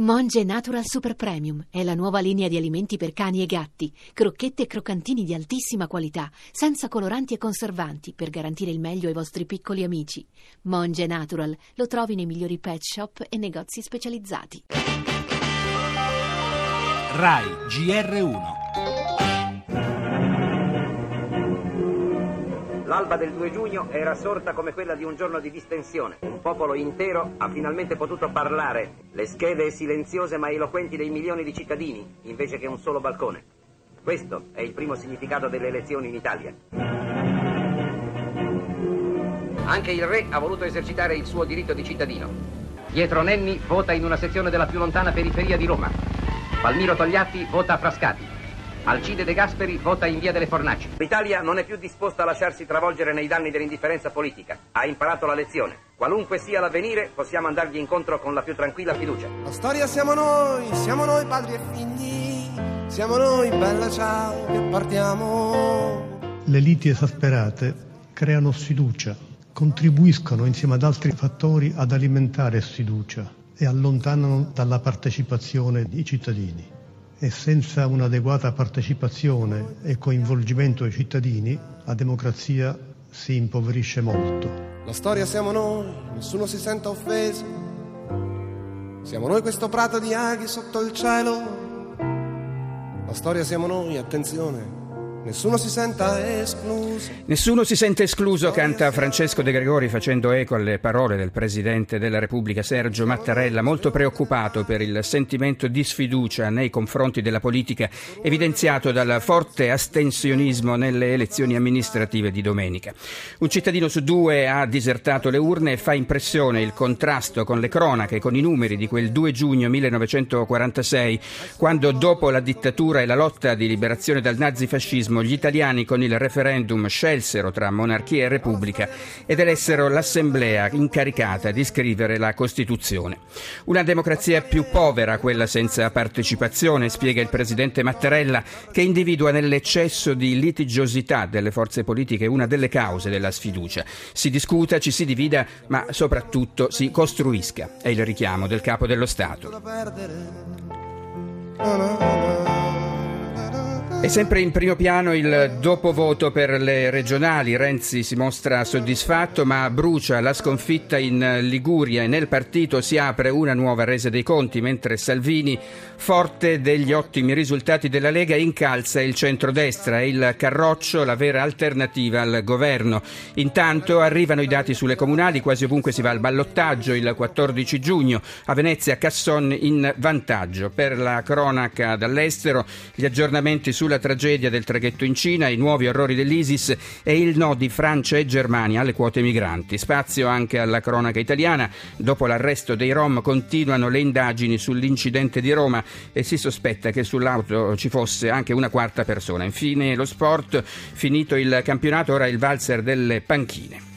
Monge Natural Super Premium è la nuova linea di alimenti per cani e gatti, crocchette e croccantini di altissima qualità, senza coloranti e conservanti, per garantire il meglio ai vostri piccoli amici. Monge Natural lo trovi nei migliori pet shop e negozi specializzati. Rai GR1. L'alba del 2 giugno era sorta come quella di un giorno di distensione. Un popolo intero ha finalmente potuto parlare, le schede silenziose ma eloquenti dei milioni di cittadini, invece che un solo balcone. Questo è il primo significato delle elezioni in Italia. Anche il re ha voluto esercitare il suo diritto di cittadino. Pietro Nenni vota in una sezione della più lontana periferia di Roma. Palmiro Togliatti vota a Frascati. Alcide De Gasperi vota in via delle Fornaci. L'Italia non è più disposta a lasciarsi travolgere nei danni dell'indifferenza politica. Ha imparato la lezione. Qualunque sia l'avvenire, possiamo andargli incontro con la più tranquilla fiducia. La storia siamo noi padri e figli, siamo noi, bella ciao, che partiamo. Le liti esasperate creano sfiducia, contribuiscono insieme ad altri fattori ad alimentare sfiducia e allontanano dalla partecipazione i cittadini. E senza un'adeguata partecipazione e coinvolgimento dei cittadini, la democrazia si impoverisce molto. La storia siamo noi, nessuno si senta offeso. Siamo noi questo prato di aghi sotto il cielo. La storia siamo noi, attenzione, nessuno si senta escluso. Nessuno si sente escluso, canta Francesco De Gregori facendo eco alle parole del Presidente della Repubblica Sergio Mattarella, molto preoccupato per il sentimento di sfiducia nei confronti della politica evidenziato dal forte astensionismo nelle elezioni amministrative di domenica. Un cittadino su due ha disertato le urne e fa impressione il contrasto con le cronache, con i numeri di quel 2 giugno 1946, quando dopo la dittatura e la lotta di liberazione dal nazifascismo gli italiani con il referendum scelsero tra monarchia e repubblica ed elessero l'assemblea incaricata di scrivere la Costituzione. Una democrazia più povera, quella senza partecipazione, spiega il presidente Mattarella, che individua nell'eccesso di litigiosità delle forze politiche una delle cause della sfiducia. Si discuta, ci si divida, ma soprattutto si costruisca. È il richiamo del capo dello Stato. E sempre in primo piano il dopovoto per le regionali. Renzi si mostra soddisfatto, ma brucia la sconfitta in Liguria e nel partito si apre una nuova resa dei conti, mentre Salvini, forte degli ottimi risultati della Lega, incalza il centrodestra e il Carroccio la vera alternativa al governo. Intanto arrivano i dati sulle comunali, quasi ovunque si va al ballottaggio il 14 giugno. A Venezia Casson in vantaggio. Per la cronaca dall'estero, gli aggiornamenti sulla tragedia del traghetto in Cina, i nuovi orrori dell'ISIS e il no di Francia e Germania alle quote migranti. Spazio anche alla cronaca italiana. Dopo l'arresto dei Rom continuano le indagini sull'incidente di Roma e si sospetta che sull'auto ci fosse anche una quarta persona. Infine lo sport, finito il campionato, ora il valzer delle panchine.